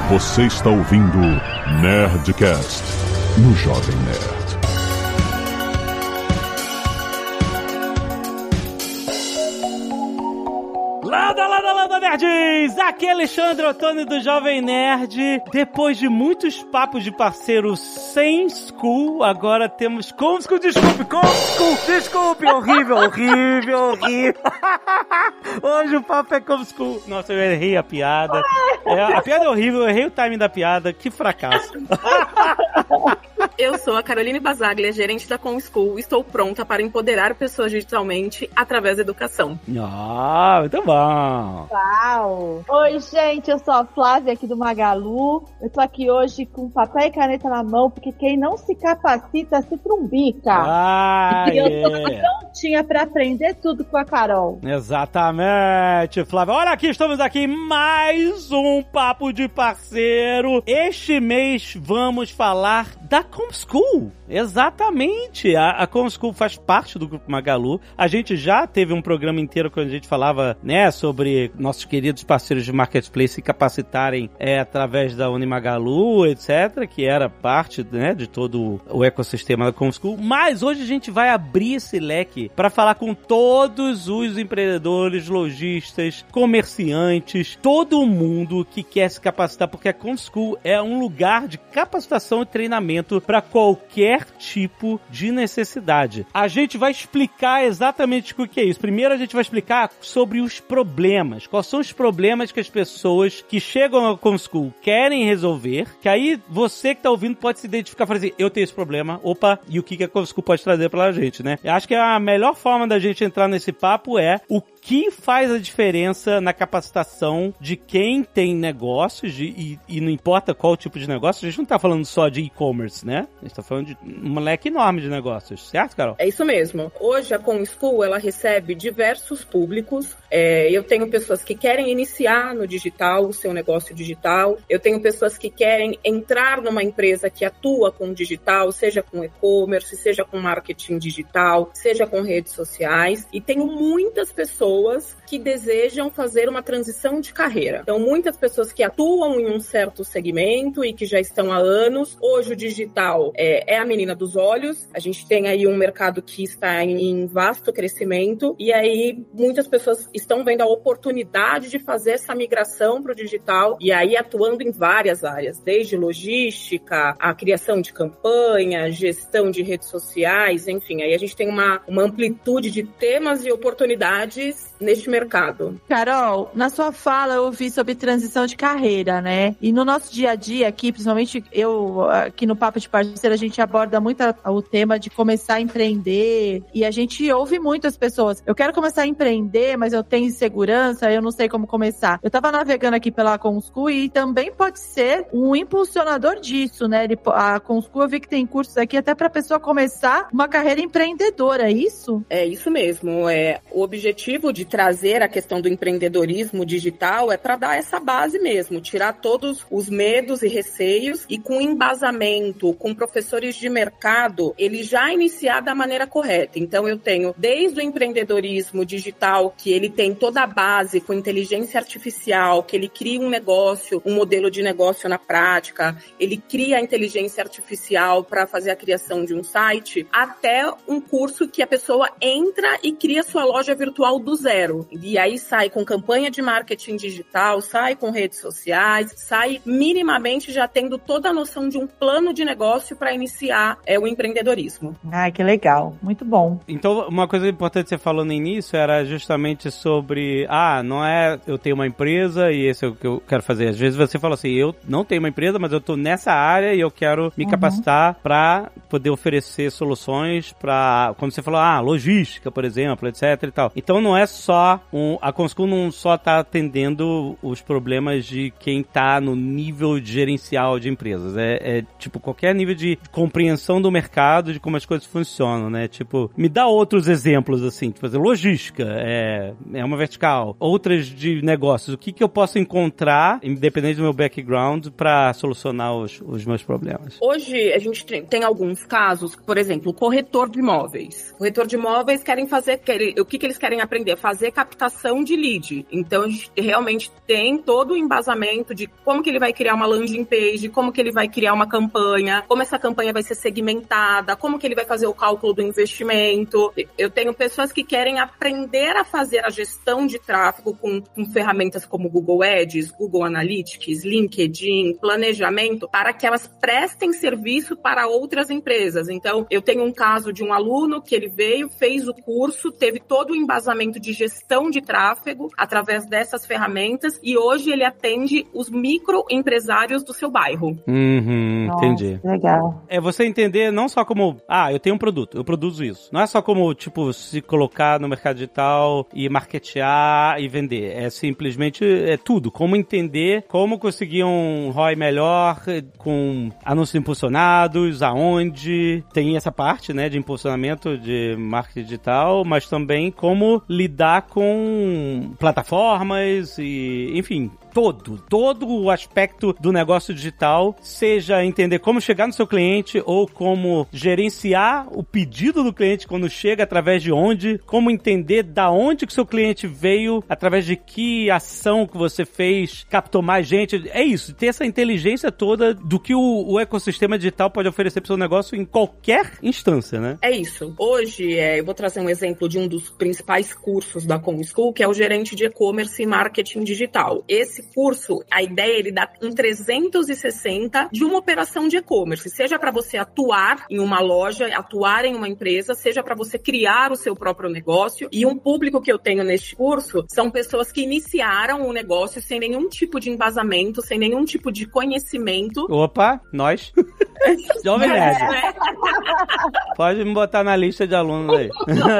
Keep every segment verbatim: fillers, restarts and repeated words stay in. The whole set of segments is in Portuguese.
Você está ouvindo Nerdcast no Jovem Nerd. Landa, landa, landa, nerds! Aqui é Alexandre Ottoni do Jovem Nerd. Depois de muitos papos de parceiro sem school, agora temos com school, desculpe, com school, desculpe, horrível, horrível, horrível. Hoje o papo é com school. Nossa, eu errei a piada. É, a piada é horrível, eu errei o timing da piada, que fracasso. Eu sou a Caroline Basaglia, gerente da ComSchool. Estou pronta para empoderar pessoas digitalmente através da educação. Ah, muito bom. Uau! Oi, gente, eu sou a Flávia aqui do Magalu. Eu tô aqui hoje com papel e caneta na mão, porque quem não se capacita se trumbica. Ah, e eu yeah. tô prontinha pra aprender tudo com a Carol. Exatamente, Flávia. Olha aqui, estamos aqui em mais um Papo de Parceiro. Este mês vamos falar da ComSchool. Exatamente. A, a ComSchool faz parte do Grupo Magalu. A gente já teve um programa inteiro quando a gente falava, né, sobre nossos queridos parceiros de marketplace se capacitarem é, através da Unimagalu, etcétera, que era parte, né, de todo o ecossistema da ComSchool. Mas hoje a gente vai abrir esse leque para falar com todos os empreendedores, lojistas, comerciantes, todo mundo que quer se capacitar, porque a ComSchool é um lugar de capacitação e treinamento para qualquer tipo de necessidade. A gente vai explicar exatamente o que é isso. Primeiro a gente vai explicar sobre os problemas. Quais são os problemas que as pessoas que chegam ao ComSchool querem resolver, que aí você que tá ouvindo pode se identificar e falar assim, eu tenho esse problema, opa, e o que, que a ComSchool pode trazer pra gente, né? Eu acho que a melhor forma da gente entrar nesse papo é o que faz a diferença na capacitação de quem tem negócios de, e, e não importa qual tipo de negócio, a gente não tá falando só de e-commerce, né? A gente tá falando de um leque enorme de negócios, certo, Carol? É isso mesmo. Hoje a ComSchool, ela recebe diversos públicos. É, eu tenho pessoas que querem iniciar no digital, o seu negócio digital. Eu tenho pessoas que querem entrar numa empresa que atua com digital, seja com e-commerce, seja com marketing digital, seja com redes sociais. E tenho muitas pessoas que desejam fazer uma transição de carreira. Então, muitas pessoas que atuam em um certo segmento e que já estão há anos. Hoje o digital é, é a menina dos olhos. A gente tem aí um mercado que está em, em vasto crescimento e aí muitas pessoas estão vendo a oportunidade de fazer essa migração para o digital e aí atuando em várias áreas, desde logística, a criação de campanha, gestão de redes sociais, enfim, aí a gente tem uma, uma amplitude de temas e oportunidades neste mercado. Carol, na sua fala eu ouvi sobre transição de carreira, né? E no nosso dia a dia aqui, principalmente eu aqui no Papo de Parceiro, a gente aborda muito o tema de começar a empreender e a gente ouve muitas pessoas. Eu quero começar a empreender, mas eu tenho insegurança, eu não sei como começar. Eu tava navegando aqui pela ComSchool e também pode ser um impulsionador disso, né? A ComSchool, eu vi que tem cursos aqui até pra pessoa começar uma carreira empreendedora, é isso? É isso mesmo. É, o objetivo de trazer a questão do empreendedorismo digital é para dar essa base mesmo, tirar todos os medos e receios e com embasamento, com professores de mercado, ele já iniciar da maneira correta. Então eu tenho desde o empreendedorismo digital, que ele tem toda a base com inteligência artificial, que ele cria um negócio, um modelo de negócio na prática, ele cria a inteligência artificial para fazer a criação de um site, até um curso que a pessoa entra e cria sua loja virtual do zero. E aí sai com campanha de marketing digital, sai com redes sociais, sai minimamente já tendo toda a noção de um plano de negócio para iniciar é, o empreendedorismo. Ai, que legal. Muito bom. Então, uma coisa importante que você falou no início era justamente sobre, ah, não é eu tenho uma empresa e esse é o que eu quero fazer. Às vezes você fala assim, eu não tenho uma empresa, mas eu tô nessa área e eu quero me uhum. capacitar para poder oferecer soluções para, como você falou, ah, logística, por exemplo, etc e tal. Então, não é só, um, a ComSchool não só tá atendendo os problemas de quem tá no nível gerencial de empresas. É, é tipo, qualquer nível de compreensão do mercado, de como as coisas funcionam, né? Tipo, me dá outros exemplos, assim, tipo, logística, é, é uma vertical, outras de negócios. O que que eu posso encontrar, independente do meu background, para solucionar os, os meus problemas? Hoje, a gente tem alguns casos, por exemplo, o corretor de imóveis. O corretor de imóveis querem fazer, querem, o que que eles querem aprender? fazer captação de lead. Então, a gente realmente tem todo o embasamento de como que ele vai criar uma landing page, como que ele vai criar uma campanha, como essa campanha vai ser segmentada, como que ele vai fazer o cálculo do investimento. Eu tenho pessoas que querem aprender a fazer a gestão de tráfego com, com ferramentas como Google Ads, Google Analytics, LinkedIn, planejamento, para que elas prestem serviço para outras empresas. Então, eu tenho um caso de um aluno que ele veio, fez o curso, teve todo o embasamento de gestão de tráfego através dessas ferramentas e hoje ele atende os microempresários do seu bairro. Uhum, Nossa, entendi. Legal. É você entender não só como, ah, eu tenho um produto, eu produzo isso. Não é só como, tipo, se colocar no mercado digital e marketear e vender. É simplesmente, é tudo. Como entender, como conseguir um R O I melhor com anúncios impulsionados, aonde. Tem essa parte, né, de impulsionamento de marketing digital, mas também como lidar com plataformas e, enfim, todo, todo o aspecto do negócio digital, seja entender como chegar no seu cliente ou como gerenciar o pedido do cliente quando chega, através de onde, como entender da onde que o seu cliente veio, através de que ação que você fez, captou mais gente. É isso, ter essa inteligência toda do que o, o ecossistema digital pode oferecer para o seu negócio em qualquer instância, né? É isso. Hoje, é, eu vou trazer um exemplo de um dos principais cursos da ComSchool, que é o gerente de e-commerce e marketing digital. Esse curso, a ideia é ele dar um trezentos e sessenta de uma operação de e-commerce, seja para você atuar em uma loja, atuar em uma empresa, seja para você criar o seu próprio negócio. E um público que eu tenho neste curso são pessoas que iniciaram o negócio sem nenhum tipo de embasamento, sem nenhum tipo de conhecimento. Opa, nós. Jovem Nerd. Pode me botar na lista de alunos aí.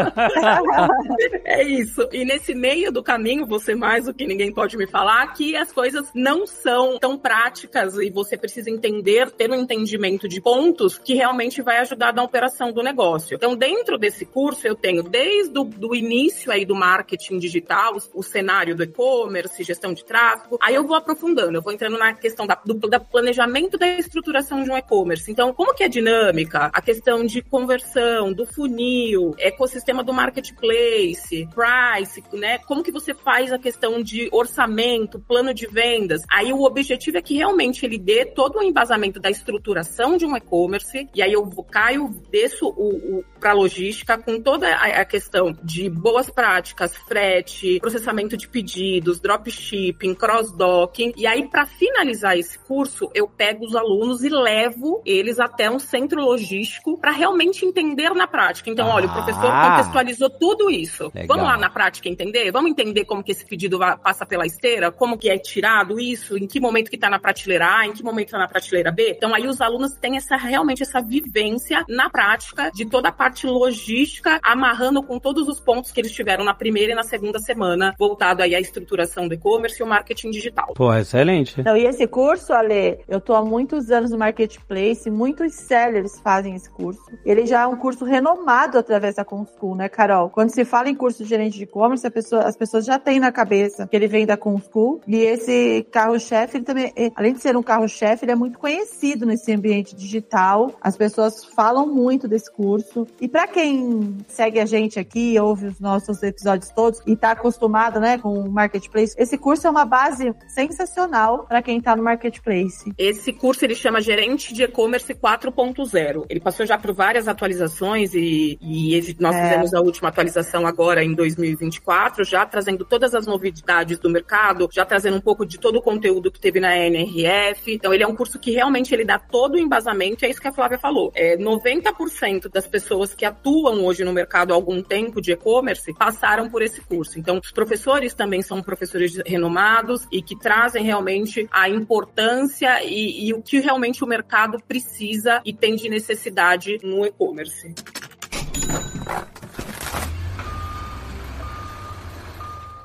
É isso. E nesse meio do caminho, você mais do que ninguém pode me falar que as coisas não são tão práticas e você precisa entender, ter um entendimento de pontos que realmente vai ajudar na operação do negócio. Então, dentro desse curso, eu tenho desde o do início aí do marketing digital, o, o cenário do e-commerce, gestão de tráfego, aí eu vou aprofundando, eu vou entrando na questão da, do, da planejamento da estruturação de um e-commerce. Então, como que é a dinâmica? A questão de conversão, do funil, ecossistema do marketplace, price, né? Como que você faz a questão de orçamento, plano de vendas? Aí o objetivo é que realmente ele dê todo o embasamento da estruturação de um e-commerce, e aí eu caio, desço o, o, para logística com toda a, a questão de boas práticas, frete, processamento de pedidos, dropshipping, cross-docking, e aí para finalizar esse curso, eu pego os alunos e levo eles até um centro logístico para realmente entender na prática. Então, ah, olha, o professor contextualizou tudo isso. Legal. Vamos lá na prática entender? Vamos entender como que esse pedido vai, passa pela esteira? Como que é tirado isso? Em que momento que tá na prateleira A? Em que momento tá na prateleira B? Então, aí os alunos têm essa, realmente essa vivência na prática de toda a parte logística, amarrando com todos os pontos que eles tiveram na primeira e na segunda semana, voltado aí à estruturação do e-commerce e o marketing digital. Pô, excelente. Então, e esse curso, Ale, eu tô há muitos anos no marketplace, muitos sellers fazem esse curso. Ele já é um curso renomado através da ComSchool, né, Carol? Quando se fala em curso de gerente de e-commerce, a pessoa, as pessoas já têm na cabeça que ele vem da ComSchool. E esse carro-chefe, ele também, além de ser um carro-chefe, ele é muito conhecido nesse ambiente digital. As pessoas falam muito desse curso. E para quem segue a gente aqui, ouve os nossos episódios todos e tá acostumado, né, com o marketplace, esse curso é uma base sensacional para quem tá no marketplace. Esse curso ele chama Gerente de E-commerce quatro ponto zero. Ele passou já por várias atualizações e, e nós é. fizemos a última atualização agora em dois mil e vinte e quatro, já trazendo todas as novidades do mercado, já trazendo um pouco de todo o conteúdo que teve na N R F. Então, ele é um curso que realmente ele dá todo o embasamento, e é isso que a Flávia falou. É, noventa por cento das pessoas que atuam hoje no mercado há algum tempo de e-commerce passaram por esse curso. Então, os professores também são professores renomados e que trazem realmente a importância e, e o que realmente o mercado precisa e tem de necessidade no e-commerce.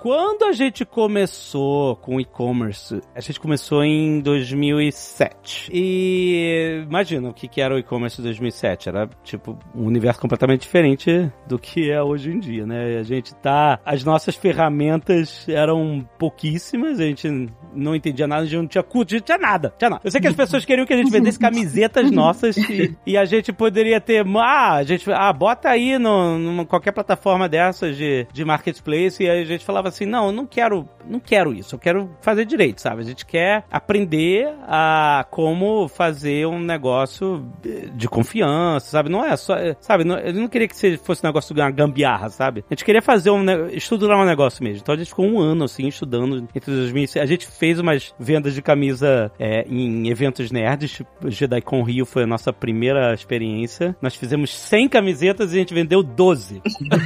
Quando a gente começou com e-commerce, a gente começou em dois mil e sete. E imagina o que, que era o e-commerce em dois mil e sete. Era, tipo, um universo completamente diferente do que é hoje em dia, né? A gente tá... As nossas ferramentas eram pouquíssimas, a gente não entendia nada, a gente não tinha curso, a gente tinha nada, tinha nada. Eu sei que as pessoas queriam que a gente vendesse camisetas nossas e, e a gente poderia ter... Ah, a gente... Ah, bota aí no, numa qualquer plataforma dessas de, de marketplace, e aí a gente falava assim, não, eu não quero, não quero isso, eu quero fazer direito, sabe? A gente quer aprender a como fazer um negócio de confiança, sabe? Não é só, sabe? Não, eu não queria que fosse um negócio de uma gambiarra, sabe? A gente queria fazer um, estudar um negócio mesmo. Então a gente ficou um ano, assim, estudando entre dois mil e seis. A gente fez umas vendas de camisa é, em eventos nerds, tipo, JediCon Rio foi a nossa primeira experiência. Nós fizemos cem camisetas e a gente vendeu doze.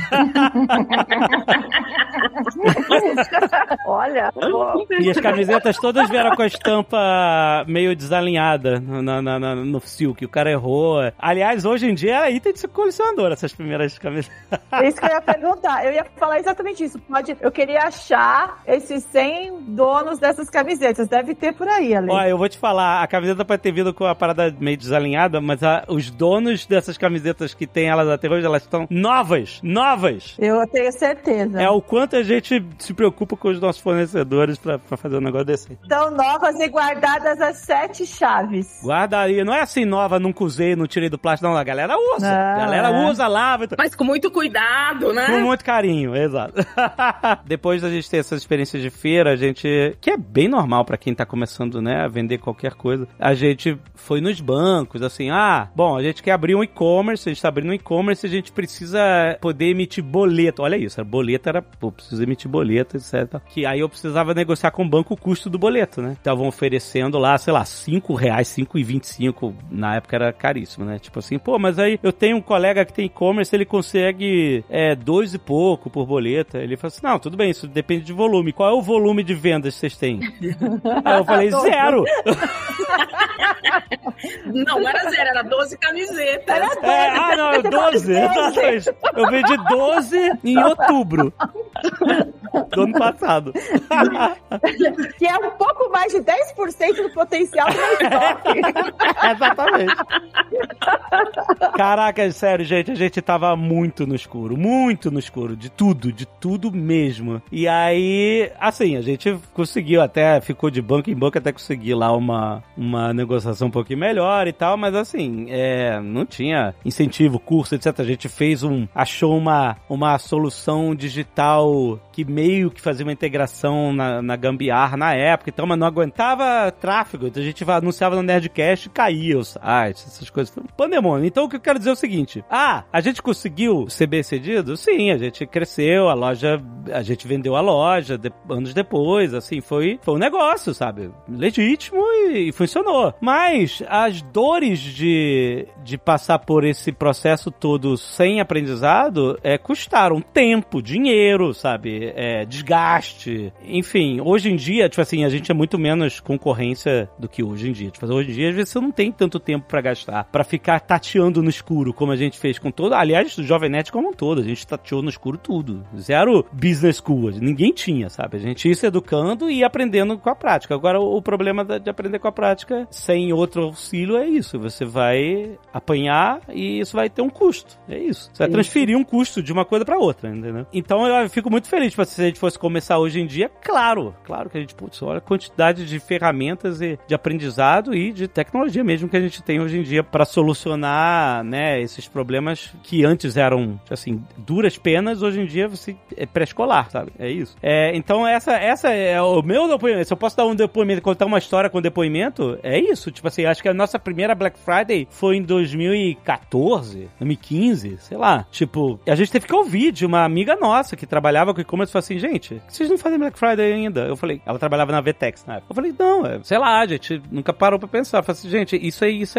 Olha. E as camisetas todas vieram com a estampa meio desalinhada no, na, na, no silk. O cara errou. Aliás, hoje em dia é item de colecionador, essas primeiras camisetas. É isso que eu ia perguntar. Eu ia falar exatamente isso. Pode, eu queria achar esses cem donos dessas camisetas. Deve ter por aí, Ale. Olha, eu vou te falar. A camiseta pode ter vindo com a parada meio desalinhada, mas a, os donos dessas camisetas que tem elas até hoje, elas estão novas. Novas. Eu tenho certeza. É o quanto a gente se preocupa com os nossos fornecedores pra, pra fazer um negócio desse. Estão novas e guardadas as sete chaves. Guardaria. Não é assim nova, nunca usei, não tirei do plástico. Não, a galera usa. Ah, a galera é. usa, lava. Mas com muito cuidado, né? Com muito carinho, exato. Depois da gente ter essas experiências de feira, a gente... Que é bem normal pra quem tá começando, né, a vender qualquer coisa. A gente foi nos bancos, assim, ah, bom, a gente quer abrir um e-commerce, a gente tá abrindo um e-commerce, a gente precisa poder emitir boleto. Olha isso, a boleto era, pô, preciso emitir boleto, etcétera. Que aí eu precisava negociar com o banco o custo do boleto, né? Estavam oferecendo lá, sei lá, cinco reais, cinco reais e vinte e cinco, na época era caríssimo, né? Tipo assim, pô, mas aí eu tenho um colega que tem e-commerce, ele consegue é, dois e pouco por boleta. Ele falou assim, não, tudo bem, isso depende de volume. Qual é o volume de vendas que vocês têm? Aí eu falei, zero! Não, não era zero, era doze camisetas. Era doze, É, ah, não, doze. Exatamente. Eu vendi doze em outubro do ano passado. Que é um pouco mais de dez por cento do potencial do meu estoque. Exatamente. Caraca, sério, gente, a gente tava muito no escuro, muito no escuro, de tudo, de tudo mesmo. E aí, assim, a gente conseguiu até, ficou de banco em banco até conseguir lá uma, uma negociação um pouquinho melhor e tal, mas assim, é, não tinha incentivo, curso, etcétera. A gente fez um, achou uma, uma solução digital que meio que fazia uma integração na, na gambiarra na época, então, mas não aguentava tráfego, então a gente anunciava no Nerdcast e caía os sites, essas coisas. Foi um pandemônio. Então o que eu quero dizer é o seguinte, ah, a gente conseguiu ser bem cedido? Sim, a gente cresceu, a loja, a gente vendeu a loja de, anos depois, assim, foi, foi um negócio, sabe? Legítimo e, e funcionou. Mas as dores de, de passar por esse processo todo sem aprendizado é, custaram tempo, dinheiro, sabe? É, desgaste. Enfim, hoje em dia, tipo assim, a gente é muito menos concorrência do que hoje em dia. Tipo, hoje em dia, às vezes, você não tem tanto tempo pra gastar, pra ficar tateando no escuro, como a gente fez com todo... Aliás, o Jovem Nerd como um todo, a gente tateou no escuro tudo. Zero business school, ninguém tinha, sabe? A gente ia se educando e aprendendo com a prática. Agora, o problema de aprender com a prática sem outro auxílio é isso. Você vai apanhar e isso vai ter um custo. É isso. Você vai transferir um custo de uma coisa pra outra, entendeu? Então, eu fico muito feliz. Tipo, se a gente fosse começar hoje em dia, claro, claro que a gente, putz, olha a quantidade de ferramentas e de aprendizado e de tecnologia mesmo que a gente tem hoje em dia pra solucionar, né, esses problemas que antes eram, assim, duras penas, hoje em dia você é pré-escolar, sabe? É isso. É, então, essa, essa é o meu depoimento. Se eu posso dar um depoimento, contar uma história com depoimento, é isso. Tipo assim, acho que a nossa primeira Black Friday foi em dois mil e quatorze, dois mil e quinze, sei lá. Tipo, a gente teve que ouvir de uma amiga nossa que trabalhava com e-commerce e falou assim, gente, vocês não fazem Black Friday ainda? Eu falei, ela trabalhava na Vetex na época. Eu falei, não, é, sei lá, a gente nunca parou pra pensar. Eu falei assim, gente, isso é, isso é,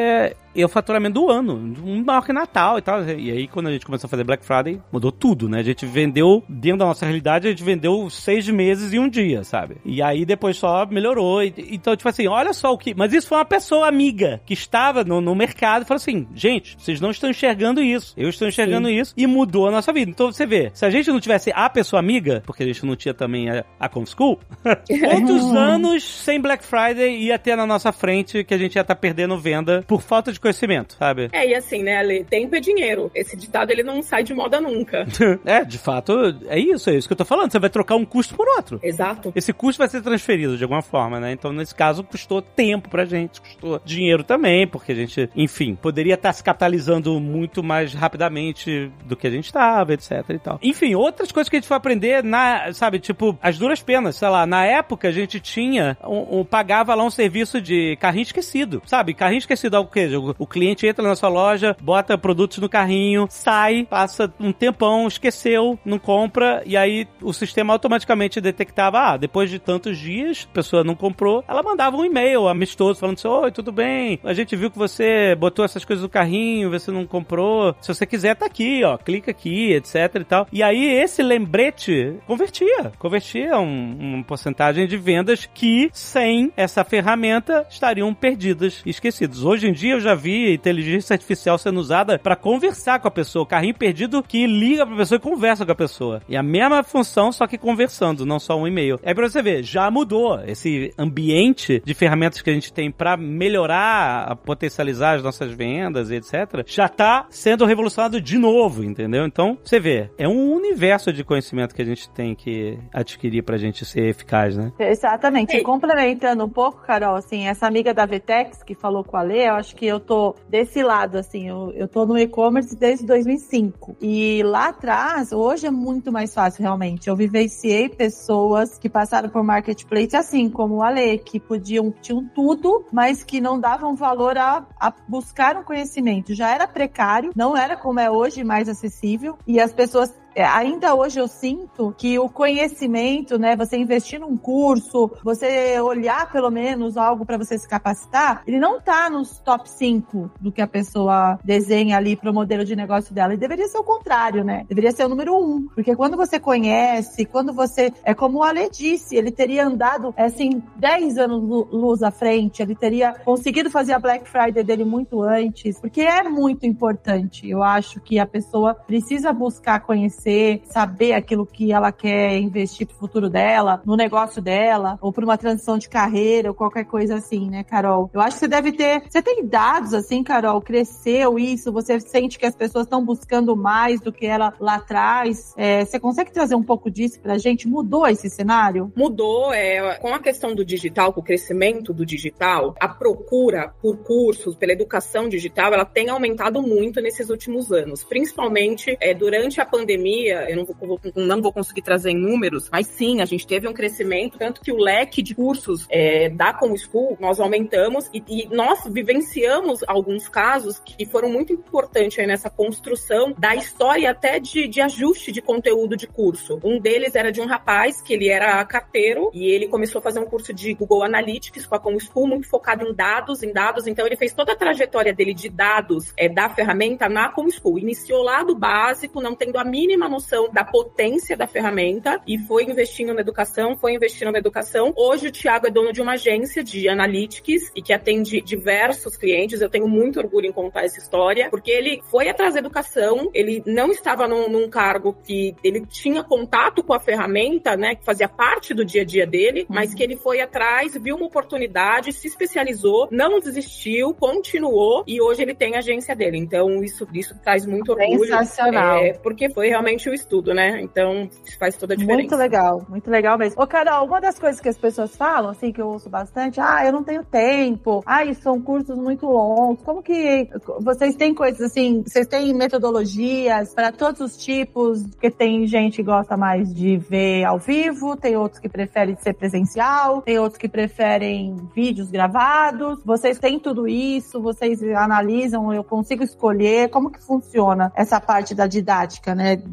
e o faturamento do ano, um maior que Natal e tal. E aí, quando a gente começou a fazer Black Friday, mudou tudo, né? A gente vendeu, dentro da nossa realidade, a gente vendeu seis meses e um dia, sabe? E aí, depois só melhorou. E, então, tipo assim, olha só o que... Mas isso foi uma pessoa amiga que estava no, no mercado e falou assim, gente, vocês não estão enxergando isso. Eu estou enxergando Sim. isso. E mudou a nossa vida. Então, você vê, se a gente não tivesse a pessoa amiga, porque a gente não tinha também a, a ComSchool, quantos anos sem Black Friday ia ter na nossa frente que a gente ia estar perdendo venda por falta de conhecimento, sabe? É, e assim, né, Ale, tempo é dinheiro. Esse ditado, ele não sai de moda nunca. É, de fato, é isso, é isso que eu tô falando. Você vai trocar um custo por outro. Exato. Esse custo vai ser transferido de alguma forma, né? Então, nesse caso, custou tempo pra gente, custou dinheiro também, porque a gente, enfim, poderia estar se capitalizando muito mais rapidamente do que a gente estava, etc e tal. Enfim, outras coisas que a gente foi aprender na, sabe, tipo, as duras penas, sei lá, na época a gente tinha, um, um, pagava lá um serviço de carrinho esquecido, sabe? Carrinho esquecido é o quê? O, o cliente entra na sua loja, bota produtos no carrinho, sai, passa um tempão, esqueceu, não compra, e aí o sistema automaticamente detectava, ah, depois de tantos dias, a pessoa não comprou, ela mandava um e-mail amistoso, falando assim, oi, tudo bem? A gente viu que você botou essas coisas no carrinho, você não comprou, se você quiser tá aqui, ó, clica aqui, etc e tal. E aí esse lembrete convertia, convertia um, uma porcentagem de vendas que, sem essa ferramenta, estariam perdidas e esquecidas. Hoje em dia eu já vi inteligência artificial sendo usada para conversar com a pessoa, carrinho perdido que liga pra pessoa e conversa com a pessoa. E a mesma função, só que conversando, não só um e-mail. Aí pra você ver, já mudou esse ambiente de ferramentas que a gente tem pra melhorar, potencializar as nossas vendas e etcétera, já tá sendo revolucionado de novo, entendeu? Então, você vê, é um universo de conhecimento que a gente tem que adquirir pra gente ser eficaz, né? Exatamente. E complementando um pouco, Carol, assim, essa amiga da Vtex que falou com a Lê, eu acho que eu tô desse lado, assim, eu, eu tô no e-commerce desde dois mil e cinco. E lá atrás, hoje é muito mais fácil, realmente. Eu vivenciei pessoas que passaram por marketplace, assim como a Lê, que podiam, tinham tudo, mas que não davam valor a, a buscar um conhecimento. Já era precário, não era como é hoje, mais acessível, e as pessoas ainda hoje eu sinto que o conhecimento, né, você investir num curso, você olhar pelo menos algo para você se capacitar, ele não tá nos top cinco do que a pessoa desenha ali pro modelo de negócio dela. E deveria ser o contrário, né? Deveria ser o número um. Porque quando você conhece, quando você... É como o Ale disse, ele teria andado, assim, dez anos luz à frente, ele teria conseguido fazer a Black Friday dele muito antes, porque é muito importante. Eu acho que a pessoa precisa buscar conhecer, saber aquilo que ela quer investir pro futuro dela, no negócio dela, ou para uma transição de carreira, ou qualquer coisa assim, né, Carol? Eu acho que você deve ter... Você tem dados, assim, Carol? Cresceu isso? Você sente que as pessoas estão buscando mais do que ela lá atrás? É, você consegue trazer um pouco disso pra gente? Mudou esse cenário? Mudou. É, com a questão do digital, com o crescimento do digital, a procura por cursos, pela educação digital, ela tem aumentado muito nesses últimos anos. Principalmente é, durante a pandemia. Eu não vou, não vou conseguir trazer em números, mas sim, a gente teve um crescimento, tanto que o leque de cursos é, da ComSchool, nós aumentamos e, e nós vivenciamos alguns casos que foram muito importantes aí nessa construção da história até de, de ajuste de conteúdo de curso. Um deles era de um rapaz que ele era carteiro e ele começou a fazer um curso de Google Analytics com a ComSchool, muito focado em dados, em dados, então ele fez toda a trajetória dele de dados é, da ferramenta na ComSchool. Iniciou lá do básico, não tendo a mínima noção da potência da ferramenta e foi investindo na educação, foi investindo na educação. Hoje o Thiago é dono de uma agência de analytics e que atende diversos clientes. Eu tenho muito orgulho em contar essa história, porque ele foi atrás da educação, ele não estava num, num cargo que ele tinha contato com a ferramenta, né, que fazia parte do dia a dia dele, mas que ele foi atrás, viu uma oportunidade, se especializou, não desistiu, continuou e hoje ele tem a agência dele. Então isso, isso traz muito orgulho. Sensacional. É, porque foi realmente o estudo, né? Então faz toda a diferença. Muito legal, muito legal mesmo. Ô, Carol, uma das coisas que as pessoas falam, assim, que eu ouço bastante, ah, eu não tenho tempo, ah, são cursos muito longos. Como que vocês têm coisas assim, vocês têm metodologias para todos os tipos? Porque tem gente que gosta mais de ver ao vivo, tem outros que preferem ser presencial, tem outros que preferem vídeos gravados. Vocês têm tudo isso? Vocês analisam? Eu consigo escolher? Como que funciona essa parte da didática, né?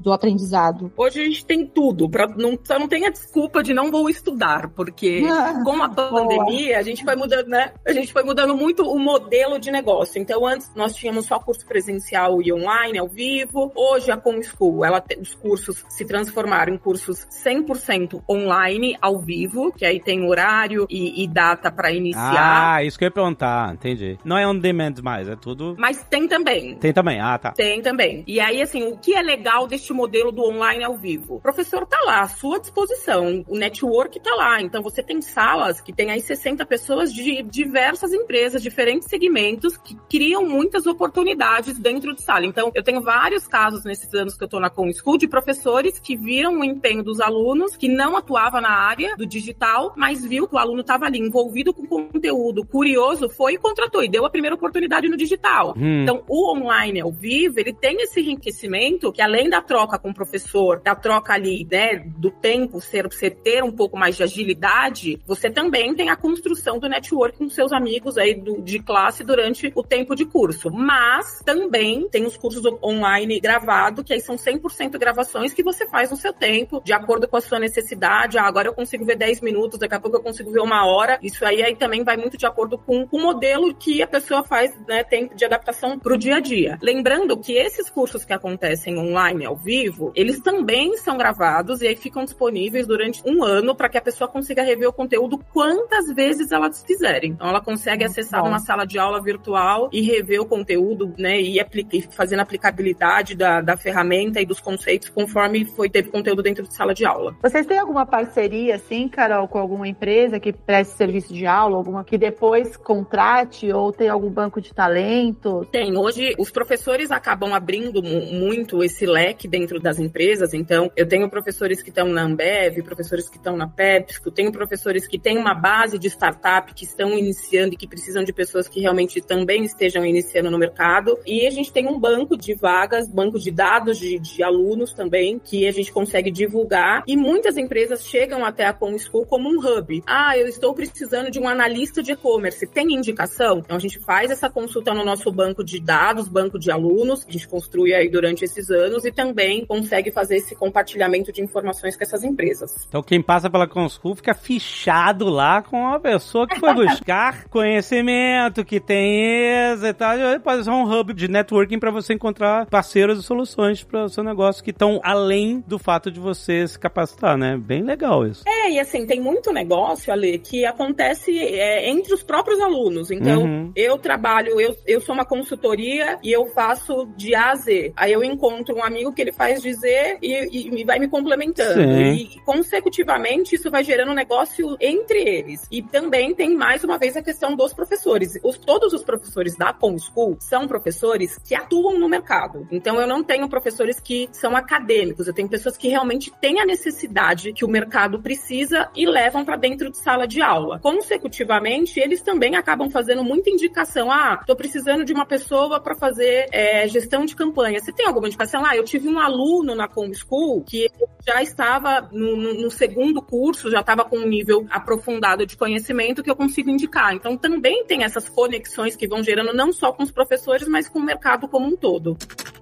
do aprendizado? Hoje a gente tem tudo, pra, não, só não tem a desculpa de não vou estudar, porque ah, com a pandemia boa. a gente foi mudando, né? A gente foi mudando muito o modelo de negócio. Então antes nós tínhamos só curso presencial e online, ao vivo. Hoje a ComSchool, ela tem, os cursos se transformaram em cursos cem por cento online, ao vivo, que aí tem horário e, e data para iniciar. Ah, isso que eu ia perguntar, entendi. Não é on demand mais, é tudo... Mas tem também. Tem também, ah, tá. Tem também. E aí, assim, o que é legal deste modelo do online ao vivo? O professor tá lá, à sua disposição, o network tá lá. Então, você tem salas que tem aí sessenta pessoas de diversas empresas, diferentes segmentos, que criam muitas oportunidades dentro de sala. Então, eu tenho vários casos nesses anos que eu tô na ComSchool de professores que viram o empenho dos alunos, que não atuava na área do digital, mas viu que o aluno estava ali envolvido com conteúdo, curioso, foi e contratou e deu a primeira oportunidade no digital. Hum. Então, o online ao vivo, ele tem esse enriquecimento que, além da troca com o professor, da troca ali, né, do tempo, ser, você ter um pouco mais de agilidade, você também tem a construção do network com seus amigos aí do, de classe durante o tempo de curso. Mas também tem os cursos online gravado, que aí são cem por cento gravações que você faz no seu tempo, de acordo com a sua necessidade. Ah, agora eu consigo ver dez minutos, daqui a pouco eu consigo ver uma hora. Isso aí, aí também vai muito de acordo com o modelo que a pessoa faz, né, tem de adaptação pro dia a dia. Lembrando que esses cursos que acontecem online, ao vivo, eles também são gravados e aí ficam disponíveis durante um ano para que a pessoa consiga rever o conteúdo quantas vezes elas quiserem. Então, ela consegue muito acessar bom. Uma sala de aula virtual e rever o conteúdo, né, e aplica, fazendo a aplicabilidade da, da ferramenta e dos conceitos conforme foi, teve conteúdo dentro de sala de aula. Vocês têm alguma parceria, assim, Carol, com alguma empresa que preste serviço de aula, alguma que depois contrate ou tem algum banco de talento? Tem. Hoje, os professores acabam abrindo muito esse leque dentro das empresas. Então, eu tenho professores que estão na Ambev, professores que estão na PepsiCo, tenho professores que têm uma base de startup, que estão iniciando e que precisam de pessoas que realmente também estejam iniciando no mercado. E a gente tem um banco de vagas, banco de dados de, de alunos também, que a gente consegue divulgar. E muitas empresas chegam até a ComSchool como um hub. Ah, eu estou precisando de um analista de e-commerce. Tem indicação? Então, a gente faz essa consulta no nosso banco de dados, banco de alunos, que a gente construi aí durante esses anos e também consegue fazer esse compartilhamento de informações com essas empresas. Então, quem passa pela ComSchool fica fichado lá com a pessoa que foi buscar conhecimento, que tem isso e tal. Pode ser um hub de networking para você encontrar parceiros e soluções para o seu negócio que estão além do fato de você se capacitar, né? Bem legal isso. É, e assim, tem muito negócio, Ale, que acontece é, entre os próprios alunos. Então, uhum. eu trabalho, eu, eu sou uma consultoria e eu faço de A a Z. Aí eu encontro um amigo que ele faz de Z e, e, e vai me complementando. Sim. E consecutivamente isso vai gerando negócio entre eles. E também tem mais uma vez a questão dos professores. Os, todos os professores da ComSchool são professores que atuam no mercado. Então eu não tenho professores que são acadêmicos, eu tenho pessoas que realmente têm a necessidade que o mercado precisa e levam para dentro de sala de aula. Consecutivamente, eles também acabam fazendo muita indicação. Ah, tô precisando de uma pessoa para fazer é, gestão de campanha. Você tem alguma indicação? Ah, eu tive um aluno na ComSchool que já estava no, no segundo curso, já estava com um nível aprofundado de conhecimento que eu consigo indicar. Então, também tem essas conexões que vão gerando não só com os professores, mas com o mercado como um todo.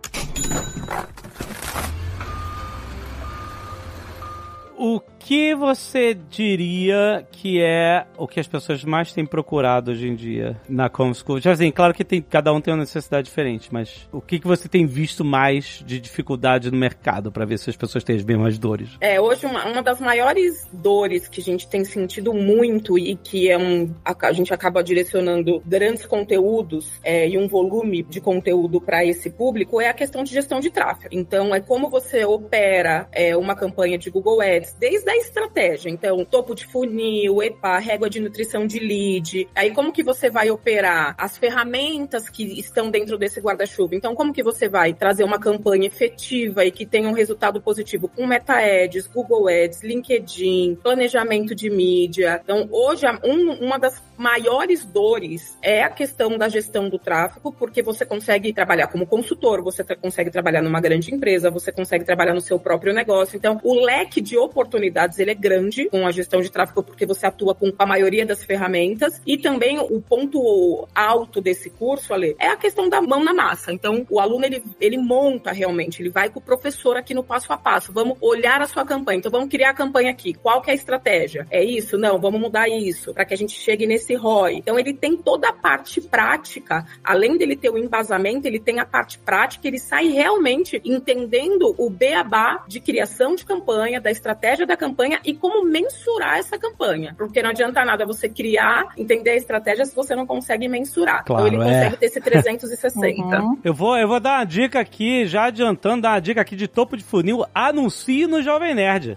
O que você diria que é o que as pessoas mais têm procurado hoje em dia na ComSchool? Já assim, claro que tem, cada um tem uma necessidade diferente, mas o que, que você tem visto mais de dificuldade no mercado para ver se as pessoas têm as mesmas dores? É, hoje uma, uma das maiores dores que a gente tem sentido muito e que é um, a, a gente acaba direcionando grandes conteúdos é, e um volume de conteúdo para esse público é a questão de gestão de tráfego. Então, é como você opera é, uma campanha de Google Ads, desde a estratégia. Então, topo de funil, E P A, régua de nutrição de lead. Aí, como que você vai operar as ferramentas que estão dentro desse guarda-chuva? Então, como que você vai trazer uma campanha efetiva e que tenha um resultado positivo com Meta Ads, Google Ads, LinkedIn, planejamento de mídia? Então, hoje, um, uma das maiores dores é a questão da gestão do tráfego, porque você consegue trabalhar como consultor, você tra- consegue trabalhar numa grande empresa, você consegue trabalhar no seu próprio negócio. Então, o leque de oportunidades possibilidades, ele é grande com a gestão de tráfego, porque você atua com a maioria das ferramentas. E também o ponto alto desse curso, Ale, é a questão da mão na massa. Então, o aluno, ele, ele monta realmente, ele vai com o professor aqui no passo a passo. Vamos olhar a sua campanha. Então, vamos criar a campanha aqui. Qual que é a estratégia? É isso? Não, vamos mudar isso, para que a gente chegue nesse R O I. Então, ele tem toda a parte prática. Além dele ter o embasamento, ele tem a parte prática, ele sai realmente entendendo o beabá de criação de campanha, da estratégia da campanha e como mensurar essa campanha. Porque não adianta nada você criar, entender a estratégia se você não consegue mensurar. Claro, então, ele é. consegue ter esse trezentos e sessenta. Uhum. Eu vou, eu vou dar uma dica aqui, já adiantando, dar uma dica aqui de topo de funil, anuncie no Jovem Nerd.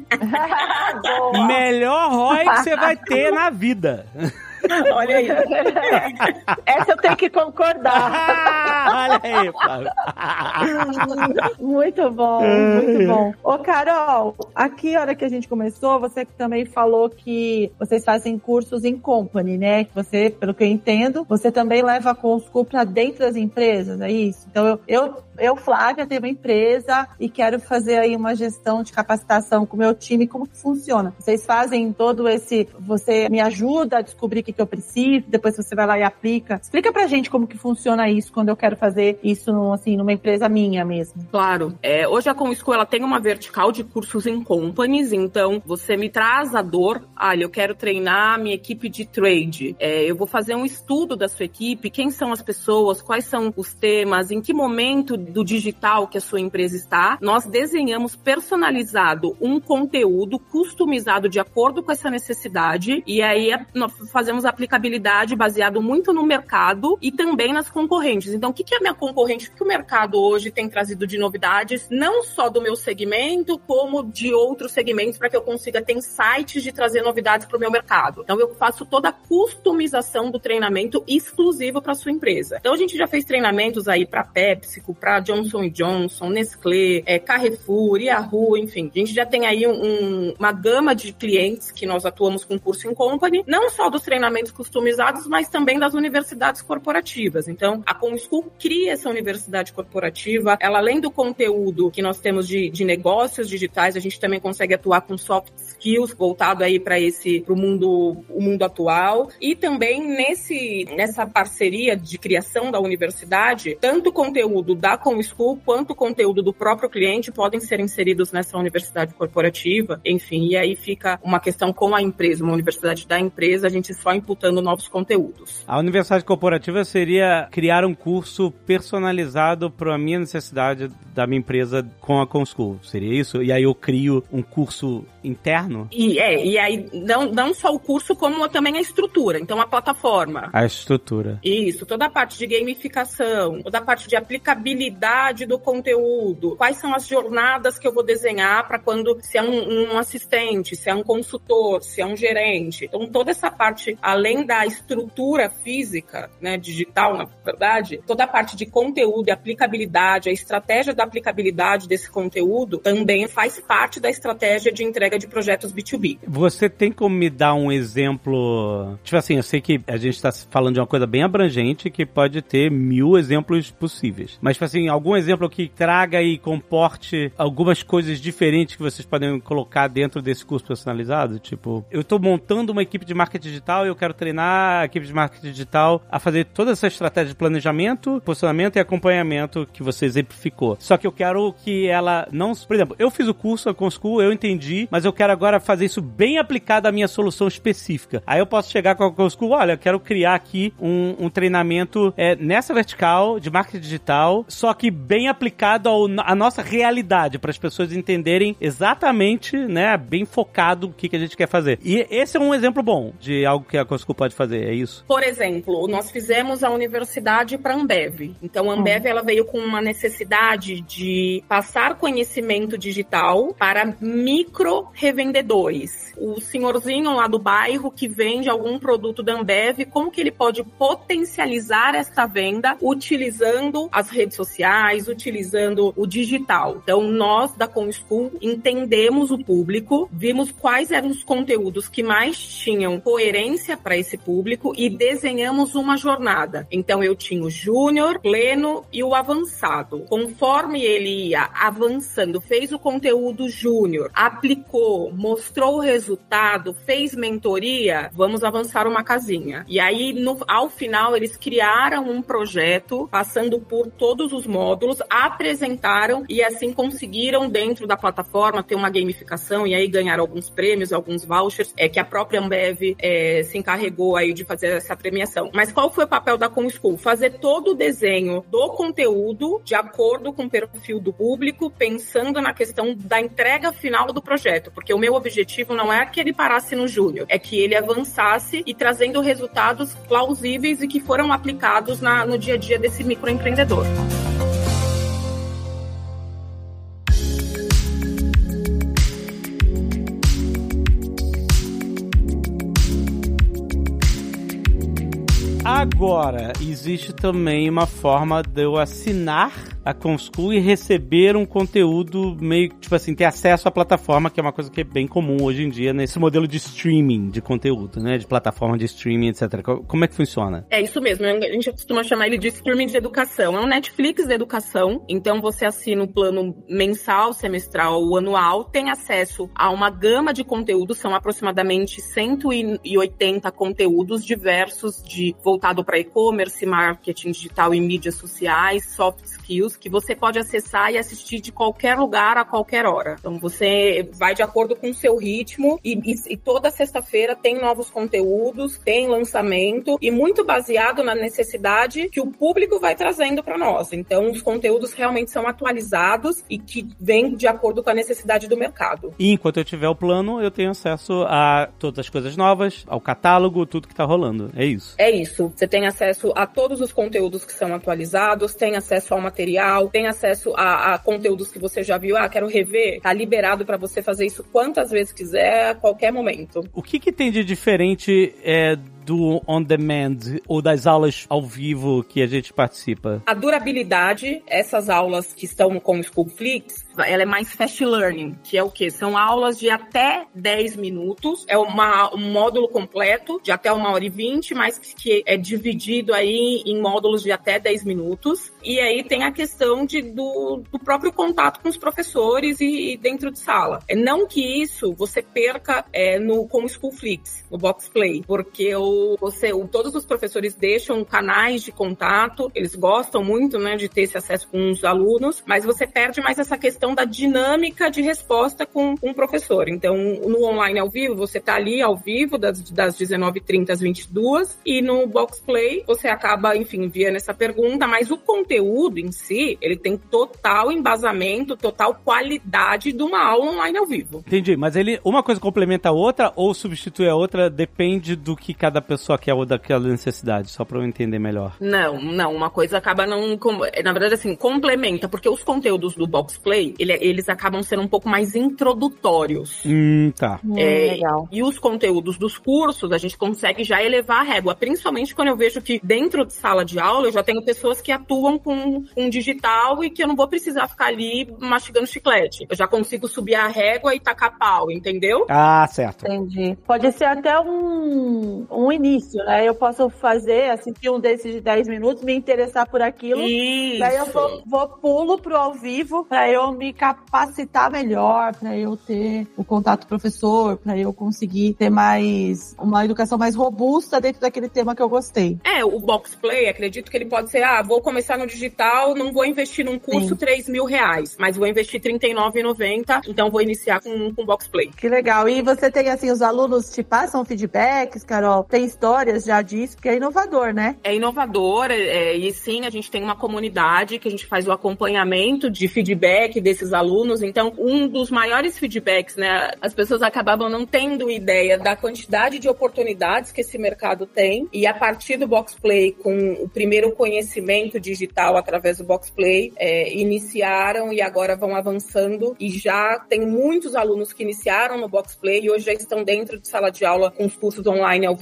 Melhor R O I que você vai ter na vida. Olha aí. Essa eu tenho que concordar. Olha aí, Flávio. Muito bom, muito bom. Ô, Carol, aqui, a hora que a gente começou, você também falou que vocês fazem cursos em company, né? Que você, pelo que eu entendo, você também leva a Conschool para dentro das empresas, é isso? Então, eu, eu, eu, Flávia, tenho uma empresa e quero fazer aí uma gestão de capacitação com o meu time. Como que funciona? Vocês fazem todo esse... Você me ajuda a descobrir o que que eu preciso, depois você vai lá e aplica. Explica pra gente como que funciona isso quando eu quero fazer isso, assim, numa empresa minha mesmo. Claro. É, hoje a Conschool, ela tem uma vertical de cursos em companies, então você me traz a dor, olha, eu quero treinar minha equipe de trade, é, eu vou fazer um estudo da sua equipe, quem são as pessoas, quais são os temas, em que momento do digital que a sua empresa está. Nós desenhamos personalizado um conteúdo customizado de acordo com essa necessidade, e aí nós fazemos a aplicabilidade baseado muito no mercado e também nas concorrentes. Então, o que é a minha concorrente? O que o mercado hoje tem trazido de novidades, não só do meu segmento, como de outros segmentos, para que eu consiga ter insights de trazer novidades para o meu mercado. Então, eu faço toda a customização do treinamento exclusivo para a sua empresa. Então, a gente já fez treinamentos aí para PepsiCo, para Johnson e Johnson, Nestlé, é, Carrefour, Yahoo, enfim. A gente já tem aí um, uma gama de clientes que nós atuamos com curso em company, não só dos treinamentos customizados, mas também das universidades corporativas. Então, a Conschool cria essa universidade corporativa. Ela, além do conteúdo que nós temos de, de negócios digitais, a gente também consegue atuar com soft skills voltado aí para esse, para o mundo, o mundo atual. E também nesse, nessa parceria de criação da universidade, tanto o conteúdo da Conschool quanto o conteúdo do próprio cliente podem ser inseridos nessa universidade corporativa. Enfim, e aí fica uma questão com a empresa, uma universidade da empresa, a gente só imputando novos conteúdos. A universidade corporativa seria criar um curso personalizado para a minha necessidade da minha empresa com a Conschool. Seria isso? E aí eu crio um curso interno? E, é, e aí não, não só o curso, como também a estrutura. Então, a plataforma. A estrutura. Isso, toda a parte de gamificação, toda a parte de aplicabilidade do conteúdo. Quais são as jornadas que eu vou desenhar para quando, se é um, um assistente, se é um consultor, se é um gerente. Então, toda essa parte, além da estrutura física, né, digital, na verdade, toda a parte de conteúdo e aplicabilidade, a estratégia da aplicabilidade desse conteúdo também faz parte da estratégia de entrega de projetos B dois B. Você tem como me dar um exemplo? Tipo assim, eu sei que a gente está falando de uma coisa bem abrangente que pode ter mil exemplos possíveis. Mas, tipo assim, algum exemplo que traga e comporte algumas coisas diferentes que vocês podem colocar dentro desse curso personalizado? Tipo, eu estou montando uma equipe de marketing digital e eu quero treinar a equipe de marketing digital a fazer toda essa estratégia de planejamento, posicionamento e acompanhamento que você exemplificou. Só que eu quero que ela não... Por exemplo, eu fiz o curso a Conschool, eu entendi, mas eu quero agora fazer isso bem aplicado à minha solução específica. Aí eu posso chegar com a Conschool, olha, eu quero criar aqui um, um treinamento é, nessa vertical de marketing digital, só que bem aplicado ao, à nossa realidade, para as pessoas entenderem exatamente, né, bem focado o que, que a gente quer fazer. E esse é um exemplo bom de algo que a Conschool pode fazer, é isso? Por exemplo, nós fizemos a universidade para a Ambev. Então, a Ambev, ela veio com uma necessidade de passar conhecimento digital para micro revendedores. O senhorzinho lá do bairro que vende algum produto da Ambev, como que ele pode potencializar esta venda utilizando as redes sociais, utilizando o digital. Então, nós da Conschool entendemos o público, vimos quais eram os conteúdos que mais tinham coerência para esse público e desenhamos uma jornada. Então eu tinha o júnior, pleno e o avançado. Conforme ele ia avançando, fez o conteúdo júnior, aplicou, mostrou o resultado, fez mentoria, vamos avançar uma casinha. E aí, no, ao final, eles criaram um projeto, passando por todos os módulos, apresentaram e assim conseguiram, dentro da plataforma, ter uma gamificação e aí ganharam alguns prêmios, alguns vouchers, é, que a própria Ambev é, se encarregou aí de fazer essa premiação. Mas qual foi o papel da ComSchool? Fazer todo o desenho do conteúdo de acordo com o perfil do público, pensando na questão da entrega final do projeto, porque o meu objetivo não é que ele parasse no júnior, é que ele avançasse e trazendo resultados plausíveis e que foram aplicados na, no dia a dia desse microempreendedor. Agora, existe também uma forma de eu assinar a ComSchool e receber um conteúdo meio, tipo assim, ter acesso à plataforma, que é uma coisa que é bem comum hoje em dia nesse modelo de streaming de conteúdo, né? De plataforma de streaming, etcétera. Como é que funciona? É isso mesmo, a gente costuma chamar ele de streaming de educação. É um Netflix de educação, então você assina um plano mensal, semestral ou anual, tem acesso a uma gama de conteúdos, são aproximadamente cento e oitenta conteúdos diversos, de voltado para e-commerce, marketing digital e mídias sociais, soft skills, que você pode acessar e assistir de qualquer lugar, a qualquer hora. Então, você vai de acordo com o seu ritmo e, e, e toda sexta-feira tem novos conteúdos, tem lançamento e muito baseado na necessidade que o público vai trazendo para nós. Então, os conteúdos realmente são atualizados e que vêm de acordo com a necessidade do mercado. E enquanto eu tiver o plano, eu tenho acesso a todas as coisas novas, ao catálogo, tudo que tá rolando. É isso. É isso. Você tem acesso a todos os conteúdos que são atualizados, tem acesso ao material, tem acesso a, a conteúdos que você já viu. Ah, quero rever. Tá liberado para você fazer isso quantas vezes quiser, a qualquer momento. O que que tem de diferente é, do on-demand ou das aulas ao vivo que a gente participa? A durabilidade, essas aulas que estão com o Schoolflix, ela é mais fast learning, que é o quê? São aulas de até dez minutos, é uma, um módulo completo de até uma hora e vinte, mas que é dividido aí em módulos de até dez minutos. E aí tem a questão de, do, do próprio contato com os professores e, e dentro de sala. Não que isso você perca é, no, com o Schoolflix, no Boxplay, porque o, você, o, todos os professores deixam canais de contato, eles gostam muito, né, de ter esse acesso com os alunos, mas você perde mais essa questão da dinâmica de resposta com, com o professor. Então, no online ao vivo, você tá ali ao vivo das, das dezenove e trinta às vinte e duas, e no Boxplay você acaba, enfim, enviando essa pergunta, mas o conteúdo em si, ele tem total embasamento, total qualidade de uma aula online ao vivo. Entendi, mas ele, uma coisa complementa a outra ou substitui a outra, depende do que cada pessoa quer ou daquela necessidade, só pra eu entender melhor. Não, não, uma coisa acaba não, na verdade assim, complementa, porque os conteúdos do Boxplay, ele, eles acabam sendo um pouco mais introdutórios. Hum, tá. É, hum, legal. E os conteúdos dos cursos, a gente consegue já elevar a régua, principalmente quando eu vejo que dentro de sala de aula eu já tenho pessoas que atuam com, com digital e que eu não vou precisar ficar ali mastigando chiclete. Eu já consigo subir a régua e tacar pau, entendeu? Ah, certo. Entendi. Pode ser até um, um início, né? Eu posso fazer, assistir um desses de dez minutos, me interessar por aquilo. Isso. Daí eu vou, vou pulo pro ao vivo pra eu me capacitar melhor, pra eu ter o contato professor, pra eu conseguir ter mais, uma educação mais robusta dentro daquele tema que eu gostei. É, o Boxplay, acredito que ele pode ser, ah, vou começar no digital, não vou investir num curso Sim. três mil reais, mas vou investir trinta e nove reais e noventa centavos, então vou iniciar com o Boxplay. Que legal. E você tem, assim, os alunos te passam feedbacks, Carol? Tem histórias já disso, porque é inovador, né? É inovador, é, e sim, a gente tem uma comunidade que a gente faz o acompanhamento de feedback desses alunos. Então, um dos maiores feedbacks, né, as pessoas acabavam não tendo ideia da quantidade de oportunidades que esse mercado tem, e a partir do Boxplay, com o primeiro conhecimento digital através do Boxplay, é, iniciaram e agora vão avançando, e já tem muitos alunos que iniciaram no Boxplay e hoje já estão dentro de sala de aula com os cursos online ao vivo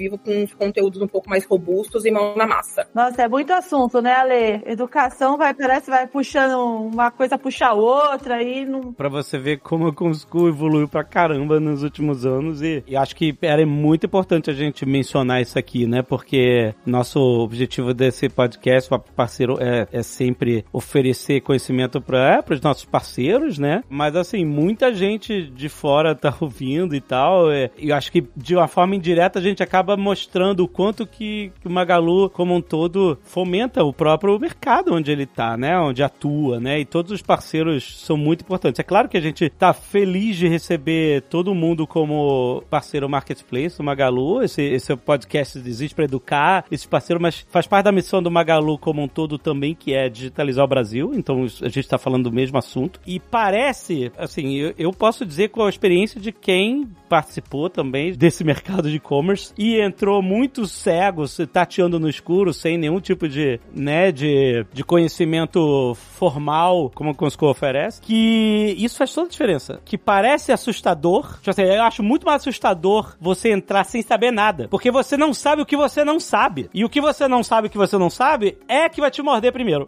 Vivo com uns conteúdos um pouco mais robustos e mão na massa. Nossa, é muito assunto, né, Ale? Educação vai, parece, vai puxando uma coisa, puxa a outra e não... Pra você ver como a ComSchool evoluiu pra caramba nos últimos anos e, e acho que era muito importante a gente mencionar isso aqui, né? Porque nosso objetivo desse podcast, parceiro, é, é sempre oferecer conhecimento para é, os nossos parceiros, né? Mas assim, muita gente de fora tá ouvindo e tal, é, e eu acho que de uma forma indireta a gente acaba mostrando o quanto que, que o Magalu, como um todo, fomenta o próprio mercado onde ele tá, né? Onde atua, né? E todos os parceiros são muito importantes. É claro que a gente tá feliz de receber todo mundo como parceiro Marketplace, o Magalu. Esse, esse podcast existe para educar esses parceiros, mas faz parte da missão do Magalu como um todo também, que é digitalizar o Brasil. Então a gente tá falando do mesmo assunto. E parece, assim, eu, eu posso dizer com a experiência de quem participou também desse mercado de e-commerce e entrou muito cego, tateando no escuro, sem nenhum tipo de, né, de, de conhecimento formal, como a ComSchool oferece, que isso faz toda a diferença. Que parece assustador, tipo assim, eu acho muito mais assustador você entrar sem saber nada, porque você não sabe o que você não sabe. E o que você não sabe, o que você não sabe, é que vai te morder primeiro.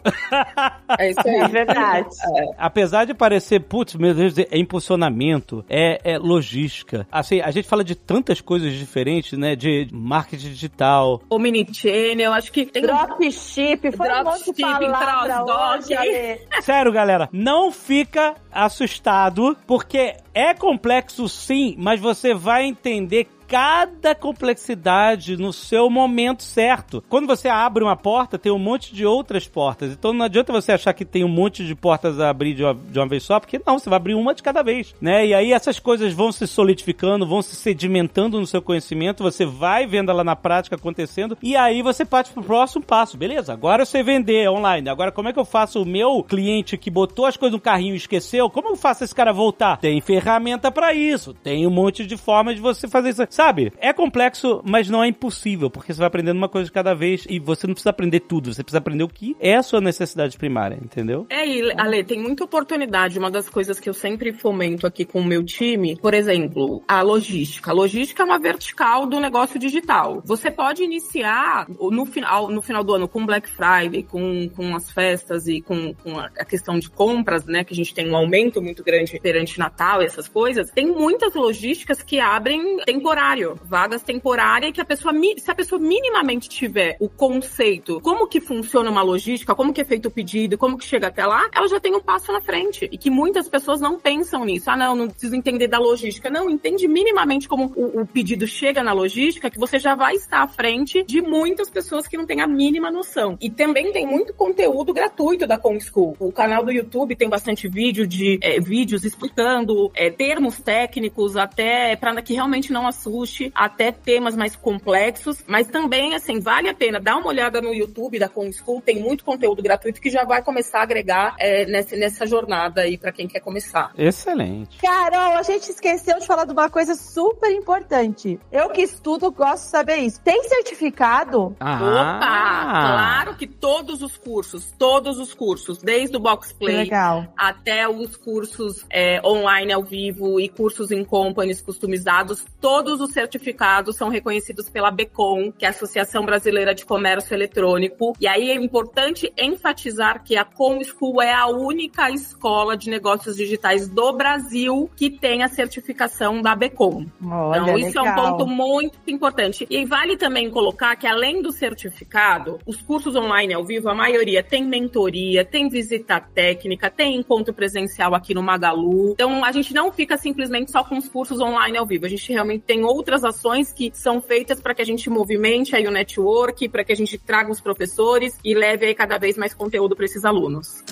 É isso aí. É verdade. É. Apesar de parecer, putz, meu Deus, é impulsionamento, é, é logística. Assim, a gente fala de tantas coisas diferentes, né? De marketing digital. Omnichannel, acho que tem... Dropship, foi um monte de palavra hoje, Ale. Sério, galera, não fica assustado, porque é complexo sim, mas você vai entender cada complexidade no seu momento certo. Quando você abre uma porta, tem um monte de outras portas. Então não adianta você achar que tem um monte de portas a abrir de uma, de uma vez só, porque não, você vai abrir uma de cada vez, né? E aí essas coisas vão se solidificando, vão se sedimentando no seu conhecimento, você vai vendo ela na prática acontecendo, e aí você parte pro próximo passo. Beleza, agora eu sei vender online. Agora como é que eu faço o meu cliente que botou as coisas no carrinho e esqueceu? Como eu faço esse cara voltar? Tem ferramenta pra isso. Tem um monte de formas de você fazer isso. Sabe? É complexo, mas não é impossível, porque você vai aprendendo uma coisa de cada vez e você não precisa aprender tudo, você precisa aprender o que é a sua necessidade primária, entendeu? É, e, Ale, tem muita oportunidade. Uma das coisas que eu sempre fomento aqui com o meu time, por exemplo, a logística. A logística é uma vertical do negócio digital. Você pode iniciar no final, no final do ano com Black Friday, com, com as festas e com, com a questão de compras, né, que a gente tem um aumento muito grande perante Natal e essas coisas. Tem muitas logísticas que abrem temporário. Vagas temporárias que a pessoa, se a pessoa minimamente tiver o conceito, como que funciona uma logística, como que é feito o pedido, como que chega até lá, ela já tem um passo na frente. E que muitas pessoas não pensam nisso. Ah, não, não preciso entender da logística. Não, entende minimamente como o, o pedido chega na logística, que você já vai estar à frente de muitas pessoas que não têm a mínima noção. E também tem muito conteúdo gratuito da ComSchool. O canal do YouTube tem bastante vídeo de é, vídeos explicando é, termos técnicos, até para que realmente não assuste, até temas mais complexos, mas também, assim, vale a pena dar uma olhada no YouTube da ComSchool, tem muito conteúdo gratuito que já vai começar a agregar é, nessa, nessa jornada aí pra quem quer começar. Excelente. Carol, a gente esqueceu de falar de uma coisa super importante. Eu que estudo, gosto de saber isso. Tem certificado? Ah. Opa! Claro que todos os cursos, todos os cursos, desde o Boxplay Legal. até os cursos é, online ao vivo e cursos em companies customizados, todos os certificados são reconhecidos pela ABCOM, que é a Associação Brasileira de Comércio Eletrônico. E aí é importante enfatizar que a ComSchool é a única escola de negócios digitais do Brasil que tem a certificação da ABCOM. Olha, então, isso legal. é um ponto muito importante. E vale também colocar que, além do certificado, os cursos online ao vivo, a maioria tem mentoria, tem visita técnica, tem encontro presencial aqui no Magalu. Então, a gente não fica simplesmente só com os cursos online ao vivo. A gente realmente tem outras ações que são feitas para que a gente movimente aí o network, para que a gente traga os professores e leve aí cada vez mais conteúdo para esses alunos.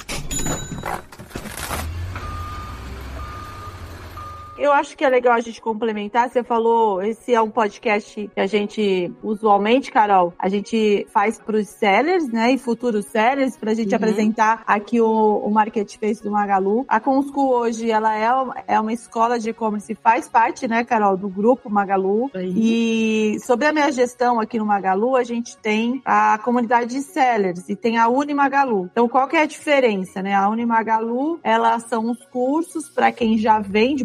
Eu acho que é legal a gente complementar. Você falou, esse é um podcast que a gente, usualmente, Carol, a gente faz para os sellers, né, e futuros sellers, pra gente uhum. apresentar aqui o, o Marketplace do Magalu. A ComSchool hoje, ela é, é uma escola de e-commerce, faz parte, né, Carol, do grupo Magalu. Uhum. E sobre a minha gestão aqui no Magalu, a gente tem a comunidade de sellers e tem a Unimagalu. Então, qual que é a diferença, né? A Unimagalu, elas são os cursos para quem já vende pro parceiro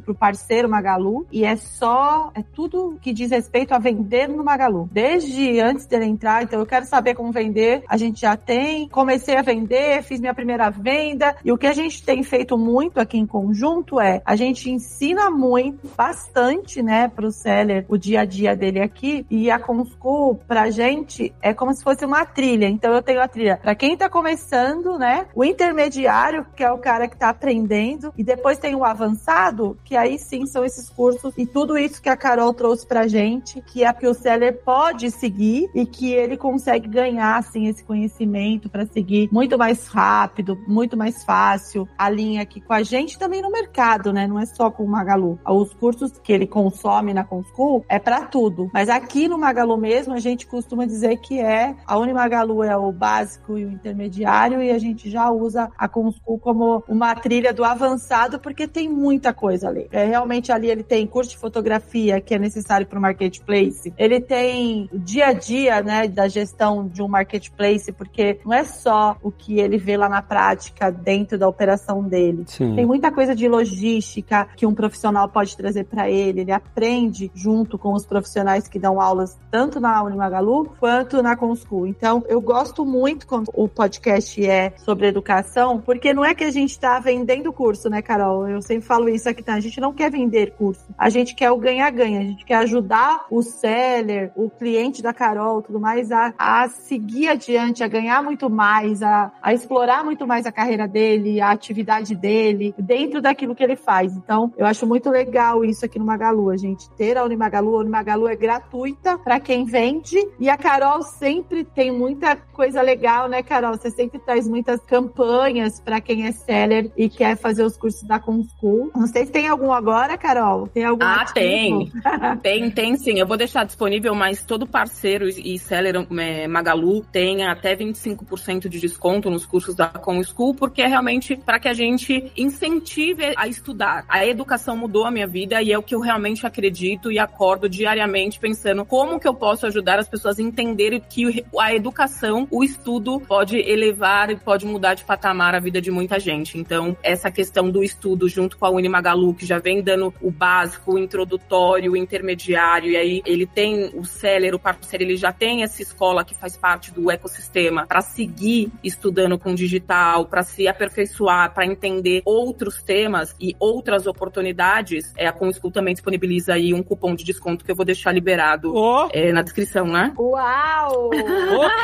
parceiro Magalu e é só, é tudo que diz respeito a vender no Magalu. Desde antes dele entrar, então eu quero saber como vender, a gente já tem, comecei a vender, fiz minha primeira venda e o que a gente tem feito muito aqui em conjunto é, a gente ensina muito, bastante, né, pro seller o dia a dia dele aqui e a Comschool pra gente é como se fosse uma trilha. Então eu tenho a trilha pra quem tá começando, né, o intermediário, que é o cara que tá aprendendo, e depois tem o avançado, que aí sim são esses cursos e tudo isso que a Carol trouxe pra gente, que é que o seller pode seguir e que ele consegue ganhar, assim, esse conhecimento pra seguir muito mais rápido, muito mais fácil, a linha aqui com a gente também no mercado, né, não é só com o Magalu. Os cursos que ele consome na Comschool é pra tudo, mas aqui no Magalu mesmo a gente costuma dizer que é, a Unimagalu é o básico e o intermediário e a gente já usa a Comschool como uma trilha do avançado porque tem muita coisa ali. É, realmente ali ele tem curso de fotografia que é necessário para o marketplace, ele tem o dia a dia, né, da gestão de um marketplace, porque não é só o que ele vê lá na prática dentro da operação dele. Sim. Tem muita coisa de logística que um profissional pode trazer para ele, ele aprende junto com os profissionais que dão aulas tanto na Unimagalu quanto na Comschool. Então, eu gosto muito quando o podcast é sobre educação, porque não é que a gente tá vendendo curso, né, Carol? Eu sempre falo isso aqui, tá? A gente não quer vender curso, a gente quer o ganha-ganha, a gente quer ajudar o seller, o cliente da Carol, tudo mais, a, a seguir adiante, a ganhar muito mais, a, a explorar muito mais a carreira dele, a atividade dele, dentro daquilo que ele faz. Então, eu acho muito legal isso aqui no Magalu, a gente ter a Unimagalu. A Unimagalu é gratuita para quem vende e a Carol sempre tem muita coisa legal, né, Carol? Você sempre traz muitas campanhas para quem é seller e quer fazer os cursos da Comschool. Não sei se tem algum agora, Carol. Tem algum? Ah, ativo? tem. tem, tem sim. Eu vou deixar disponível, mas todo parceiro e seller é, Magalu tem até vinte e cinco por cento de desconto nos cursos da Comschool, porque é realmente para que a gente incentive a estudar. A educação mudou a minha vida e é o que eu realmente acredito e acordo diariamente pensando como que eu posso ajudar as pessoas a entenderem que a educação, o estudo pode elevar e pode mudar de patamar a vida de muita gente. Então, essa questão do estudo junto com a Unimagalu, que já vem dando o básico, o introdutório, o intermediário, e aí ele tem o seller, o parceiro, ele já tem essa escola que faz parte do ecossistema para seguir estudando com digital, para se aperfeiçoar, para entender outros temas e outras oportunidades. É, a Comschool também disponibiliza aí um cupom de desconto que eu vou deixar liberado oh. é, na descrição, né? Uau! O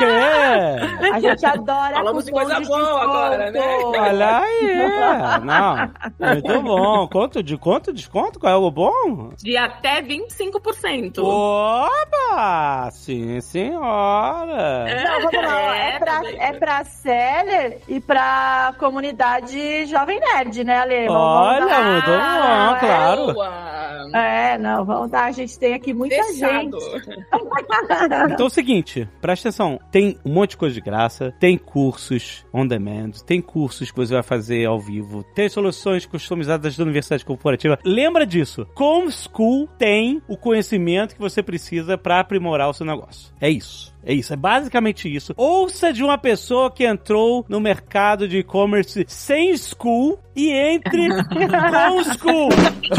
quê? A gente adora Falamos de coisa de boa desconto. Agora, né? Olha aí! Não, muito bom. Quanto de quanto desconto? Qual é o bom? De até vinte e cinco por cento. Opa! Sim, senhora! É, Não, vamos lá. É, é, pra, é pra seller e pra comunidade Jovem Nerd, né, Ale? Vamos Olha, dar... muito bom, é, claro. Boa. É, não, vamos dar. A gente tem aqui muita Fechado. gente. Então é o seguinte, presta atenção. Tem um monte de coisa de graça, tem cursos on demand, tem cursos que você vai fazer ao vivo, tem soluções customizadas da Universidade Corporativa. Lembra disso. Comschool tem o conhecimento que você precisa para aprimorar o seu negócio. É isso. É isso, é basicamente isso. Ouça de uma pessoa que entrou no mercado de e-commerce sem school e entre com school.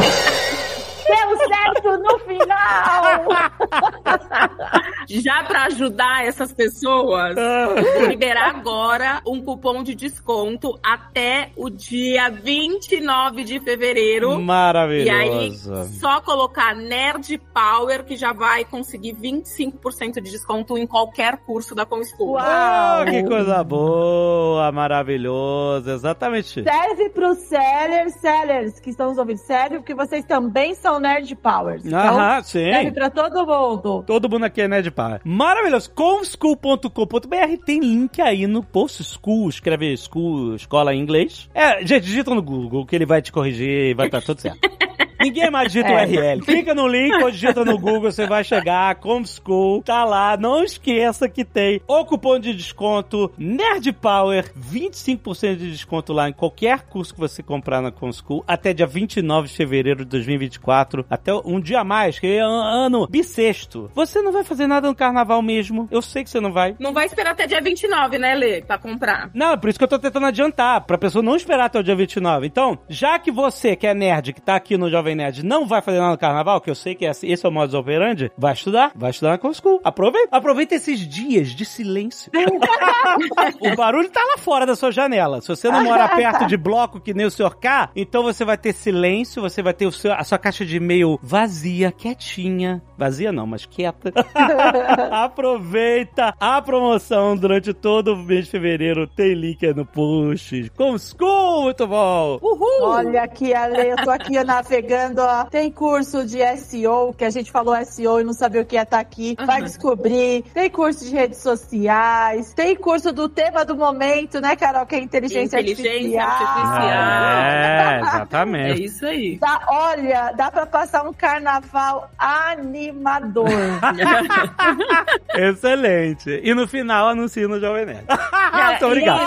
Deu certo no final! Já pra ajudar essas pessoas, vou liberar agora um cupom de desconto até o dia vinte e nove de fevereiro. Maravilhoso. E aí, só colocar Nerd Power, que já vai conseguir vinte e cinco por cento de desconto em qualquer curso da Comschool. Uau! Oh, que coisa boa, maravilhoso, exatamente. Serve pros sellers, sellers que estão nos ouvindo, serve porque vocês também são Nerd Powers. Então, aham, sim. serve pra todo mundo. Todo mundo aqui é Nerd Power. Maravilhoso. Comschool ponto com ponto b r tem link aí no post. School, escreve school, escola em inglês. É, gente, digita no Google que ele vai te corrigir e vai estar tudo certo. Ninguém mais digita o é. U R L. Clica no link ou digita no Google, você vai chegar. Comschool, tá lá. Não esqueça que tem o cupom de desconto Nerd Power, vinte e cinco por cento de desconto lá em qualquer curso que você comprar na Comschool, até dia vinte e nove de fevereiro de dois mil e vinte e quatro, até um dia a mais, que é ano bissexto. Você não vai fazer nada no carnaval mesmo. Eu sei que você não vai. Não vai esperar até dia vinte e nove, né, Lê, pra comprar. Não, é por isso que eu tô tentando adiantar, pra pessoa não esperar até o dia vinte e nove. Então, já que você, que é nerd, que tá aqui no Jovem Jovem Nerd não vai fazer nada no carnaval, que eu sei que esse é o modus operandi, vai estudar, vai estudar na Comic School. Aproveita, aproveita esses dias de silêncio. O barulho tá lá fora da sua janela. Se você não mora perto de bloco que nem o senhor K, então você vai ter silêncio, você vai ter o seu, a sua caixa de e-mail vazia, quietinha. Vazia não, mas quieta. Aproveita a promoção durante todo o mês de fevereiro. Tem link aí no post. Com School, muito bom! Uhul! Olha aqui, Ale, eu tô aqui navegando, ó. Tem curso de S E O, que a gente falou S E O e não sabia o que ia estar aqui. Uhum. Vai descobrir. Tem curso de redes sociais. Tem curso do tema do momento, né, Carol? Que é inteligência, inteligência artificial. artificial. É, exatamente. É isso aí. Dá, olha, dá pra passar um carnaval animador. Excelente. E no final anuncia no Jovem Nerd. Muito obrigado.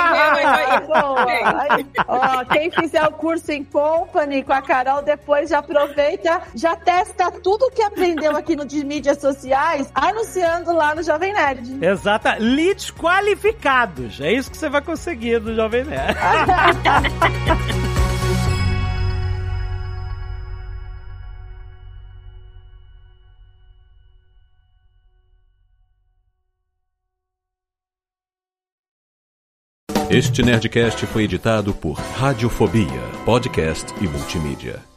Ó, quem fizer o curso em Company com a Carol, depois já aproveita, já testa tudo que aprendeu aqui no de mídias sociais, anunciando lá no Jovem Nerd. Exato. Leads qualificados. É isso que você vai conseguir do Jovem Nerd. Este Nerdcast foi editado por Radiofobia, podcast e multimídia.